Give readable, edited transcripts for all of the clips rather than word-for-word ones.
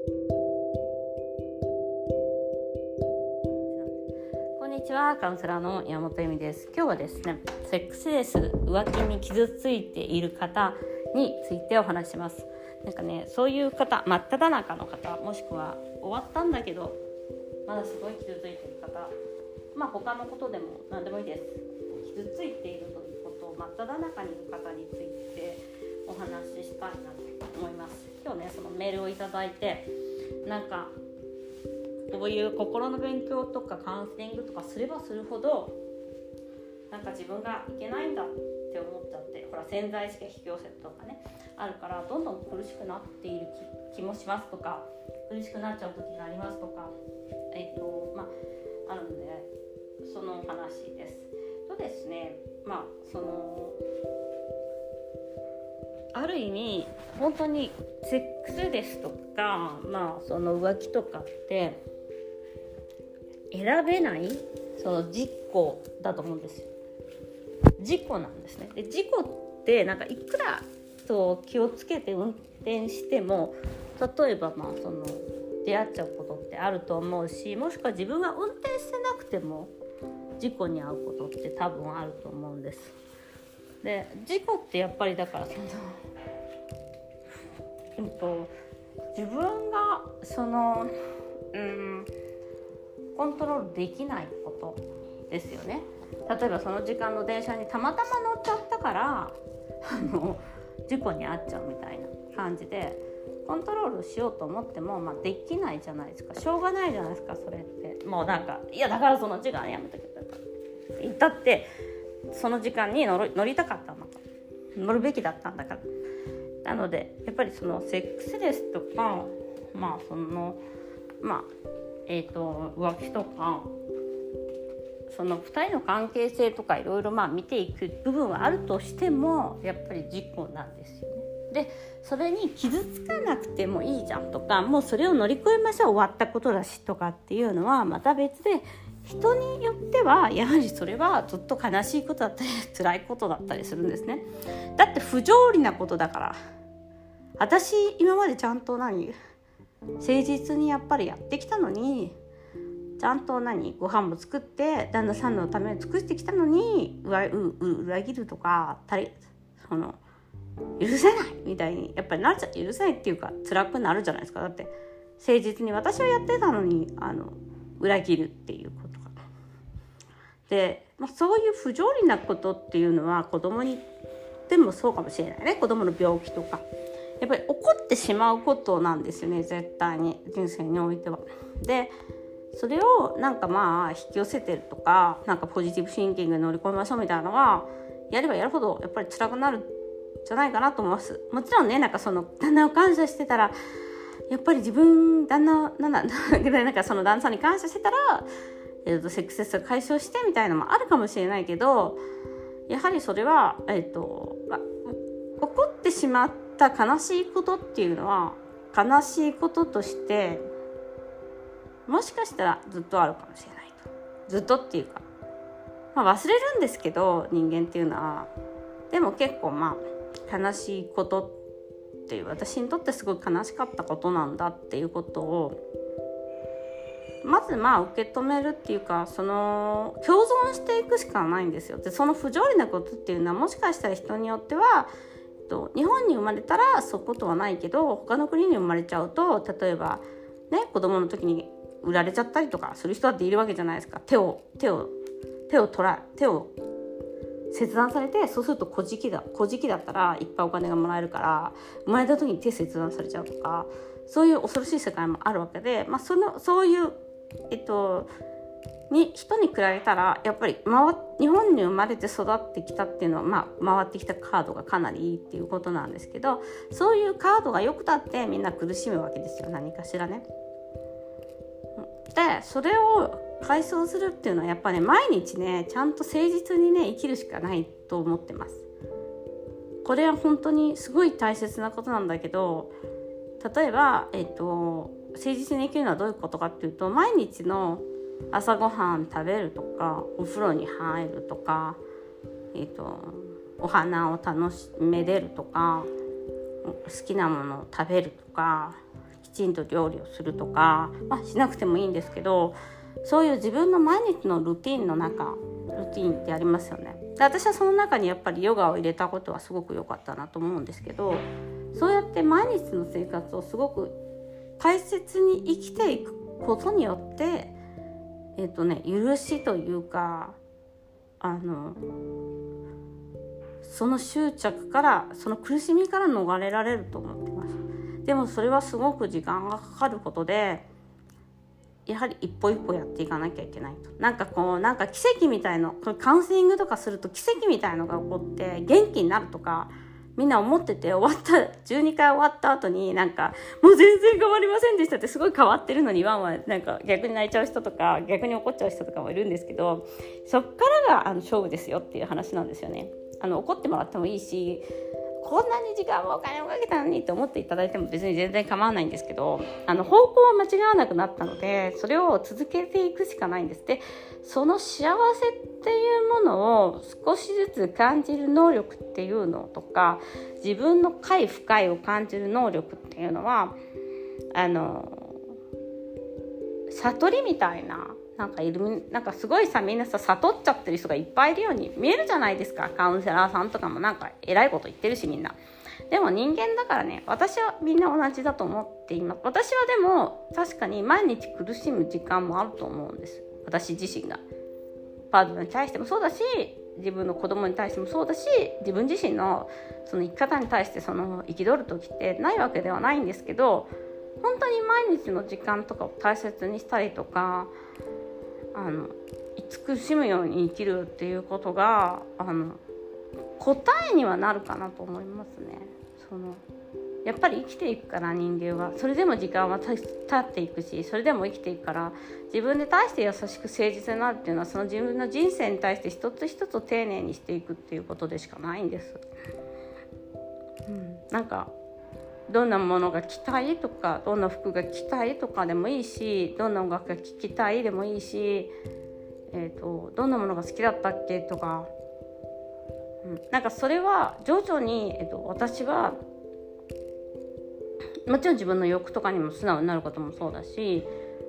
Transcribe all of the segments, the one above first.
こんにちは、カウンセラーの山本恵美です。今日はですね、セックスレス、浮気に傷ついている方についてお話します。なんかね、そういう方、真っ只中の方、もしくは終わったんだけどまだすごい傷ついている方、他のことでも何でもいいです。傷ついているということを真っ只中にいる方についてお話ししたいなと思います。今日ね、そのメールをいただいて、なんかこういう心の勉強とかカウンセリングとかすればするほどなんか自分がいけないんだって思っちゃって、ほら潜在意識引き寄せとかねあるから、どんどん苦しくなっている 気もしますとか、苦しくなっちゃう時がありますとか、あるんで、そのお話です。とですね、ある意味本当にセックスですとか、その浮気とかって選べないその事故だと思うんですよ。事故なんですね。で、事故ってなんかいくらそう気をつけて運転しても、例えばその出会っちゃうことってあると思うし、もしくは自分が運転してなくても事故に遭うことって多分あると思うんです。で、事故ってやっぱりだから自分がコントロールできないことですよね。例えばその時間の電車にたまたま乗っちゃったから事故に遭っちゃうみたいな感じで、コントロールしようと思っても、できないじゃないですか。しょうがないじゃないですか。それってもうなんか、いやだからその時間やめとけとか言ったって、その時間に乗りたかったのか、乗るべきだったんだから。なのでやっぱりそのセックスレスとか、浮気とか、その2人の関係性とかいろいろ見ていく部分はあるとしても、やっぱり事故なんですよね。で、それに傷つかなくてもいいじゃんとか、もうそれを乗り越えましょう、終わったことだしとかっていうのはまた別で、人によってはやはりそれはずっと悲しいことだったり辛いことだったりするんですね。だって不条理なことだから。私今までちゃんと誠実にやっぱりやってきたのに、ちゃんとご飯も作って旦那さんのために尽くしてきたのに、裏切るとか許せないみたいにやっぱりなっちゃって、許せないっていうか辛くなるじゃないですか。だって誠実に私はやってたのに裏切るっていうことがで、そういう不条理なことっていうのは子供にでもそうかもしれないね。子供の病気とかやっぱり起こってしまうことなんですよね、絶対に人生においては。で、それを引き寄せてるとか、ポジティブシンキングに乗り越えましょうみたいなのはやればやるほどやっぱり辛くなるんじゃないかなと思います。もちろんね、その旦那を感謝してたら、やっぱり自分その旦那さんに感謝してたら、セックスレスを解消してみたいなのもあるかもしれないけど、やはりそれは起こってしまった悲しいことっていうのは悲しいこととしてもしかしたらずっとあるかもしれないと。ずっとっていうか、忘れるんですけど、人間っていうのは。でも結構悲しいことっていう、私にとってすごい悲しかったことなんだっていうことをまず受け止めるっていうか、共存していくしかないんですよ。で、その不条理なことっていうのはもしかしたら人によっては日本に生まれたらそういうことはないけど、他の国に生まれちゃうと、例えばね、子供の時に売られちゃったりとかする人だっているわけじゃないですか。手を切断されて、そうすると小じきだったらいっぱいお金がもらえるから、生まれた時に手切断されちゃうとか、そういう恐ろしい世界もあるわけで、そういう人に比べたらやっぱり日本に生まれて育ってきたっていうのは、回ってきたカードがかなりいいっていうことなんですけど、そういうカードがよくたってみんな苦しむわけですよ、何かしらね。で、それを解消するっていうのはやっぱり毎日ね、ちゃんと誠実に生きるしかないと思ってます。これは本当にすごい大切なことなんだけど、例えば、誠実に生きるのはどういうことかっていうと、毎日の朝ごはん食べるとか、お風呂に入るとか、お花を楽しめるとか、好きなものを食べるとか、 ちんと料理をするとか、しなくてもいいんですけど、そういう自分の毎日のルーティンってありますよね。で、私はその中にやっぱりヨガを入れたことはすごく良かったなと思うんですけど、そうやって毎日の生活をすごく大切に生きていくことによって許しというかその執着からその苦しみから逃れられると思ってます。でもそれはすごく時間がかかることで、やはり一歩一歩やっていかなきゃいけないと。なんか奇跡みたいの、カウンセリングとかすると奇跡みたいのが起こって元気になるとかみんな思ってて、12回終わった後にもう全然変わりませんでしたってすごい変わってるのにワンワン逆に泣いちゃう人とか逆に怒っちゃう人とかもいるんですけど、そっからが勝負ですよっていう話なんですよね。怒ってもらってもいいし、こんなに時間もお金をかけたのにと思っていただいても別に全然構わないんですけど、方向は間違わなくなったのでそれを続けていくしかないんです。で、その幸せっていうものを少しずつ感じる能力っていうのとか、自分の快不快を感じる能力っていうのは悟りみたいなすごいみんな悟っちゃってる人がいっぱいいるように見えるじゃないですか。カウンセラーさんとかも偉いこと言ってるしみんな。でも人間だからね、私はみんな同じだと思っています。私はでも確かに毎日苦しむ時間もあると思うんです。私自身がパートナーに対してもそうだし、自分の子供に対してもそうだし、自分自身のその生き方に対して生き取る時ってないわけではないんですけど、本当に毎日の時間とかを大切にしたりとか慈しむように生きるっていうことが答えにはなるかなと思いますね。やっぱり生きていくから人間はそれでも時間は経っていくし、それでも生きていくから自分に対して優しく誠実になるっていうのは、その自分の人生に対して一つ一つを丁寧にしていくっていうことでしかないんです。どんなものが着たいとか、どんな服が着たいとかでもいいし、どんな音楽が聴きたいでもいいし、どんなものが好きだったっけとか、それは徐々に、私はもちろん自分の欲とかにも素直になることもそうだし、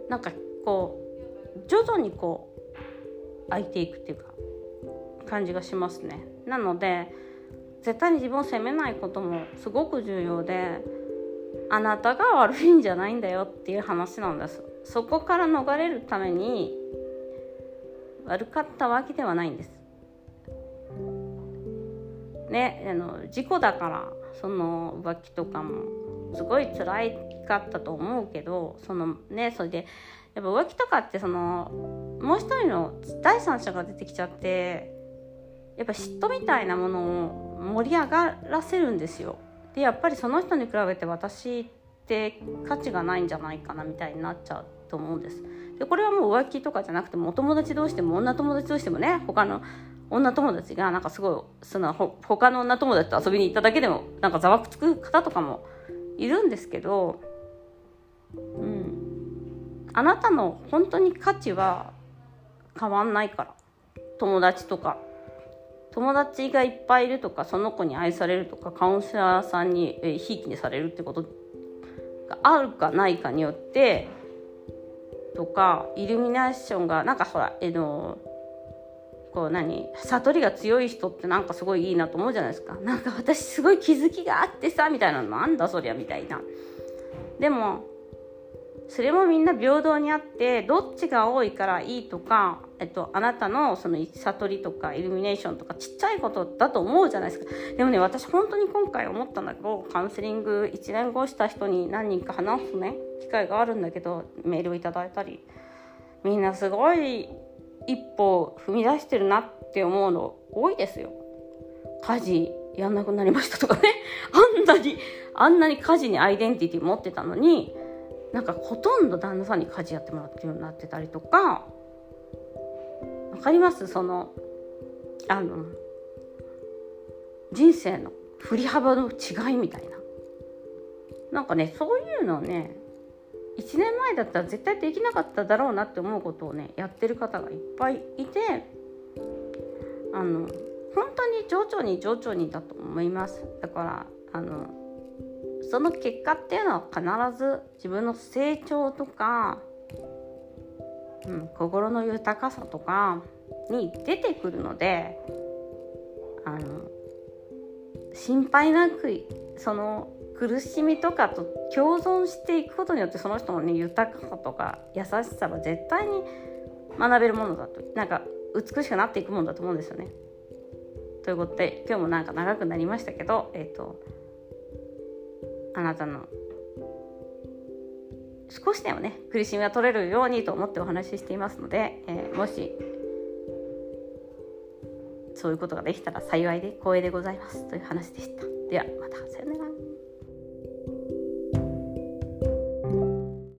徐々に開いていくっていうか感じがしますね。なので絶対に自分を責めないこともすごく重要で、あなたが悪いんじゃないんだよっていう話なんです。そこから逃れるために悪かったわけではないんですね。事故だから浮気とかもすごい辛かったと思うけど、それでやっぱ浮気とかってもう一人の第三者が出てきちゃって、やっぱ嫉妬みたいなものを盛り上がらせるんですよ。でやっぱりその人に比べて私って価値がないんじゃないかなみたいになっちゃうと思うんです。でこれはもう浮気とかじゃなくても、お友達同士でも女友達同士でもね、他の女友達がすごい他の女友達と遊びに行っただけでもざわつく方とかもいるんですけど、あなたの本当に価値は変わんないから。友達がいっぱいいるとか、その子に愛されるとか、カウンセラーさんにひいきにされるってことがあるかないかによってとか、イルミネーションが悟りが強い人ってすごいいいなと思うじゃないですか。私すごい気づきがあってさみたいな、なんだそりゃみたいな。でもそれもみんな平等にあって、どっちが多いからいいとか、あなたの悟りとかイルミネーションとかちっちゃいことだと思うじゃないですか。でもね、私本当に今回思ったんだけど、カウンセリング1年後した人に何人か話すね機会があるんだけど、メールをいただいたり、みんなすごい一歩踏み出してるなって思うの多いですよ。家事やんなくなりましたとかねあんなに家事にアイデンティティ持ってたのに、ほとんど旦那さんに家事やってもらってるようになってたりとか、わかります？人生の振り幅の違いみたいな、そういうのをね、1年前だったら絶対できなかっただろうなって思うことをねやってる方がいっぱいいて、本当に徐々にだと思います。だからその結果っていうのは必ず自分の成長とか、心の豊かさとかに出てくるので、心配なくその苦しみとかと共存していくことによって、その人のね豊かさとか優しさは絶対に学べるものだと、なんか美しくなっていくものだと思うんですよね。ということで今日もなんか長くなりましたけど、あなたの少しでもね苦しみが取れるようにと思ってお話ししていますので、もしそういうことができたら幸いで光栄でございますという話でした。ではまた、さよなら。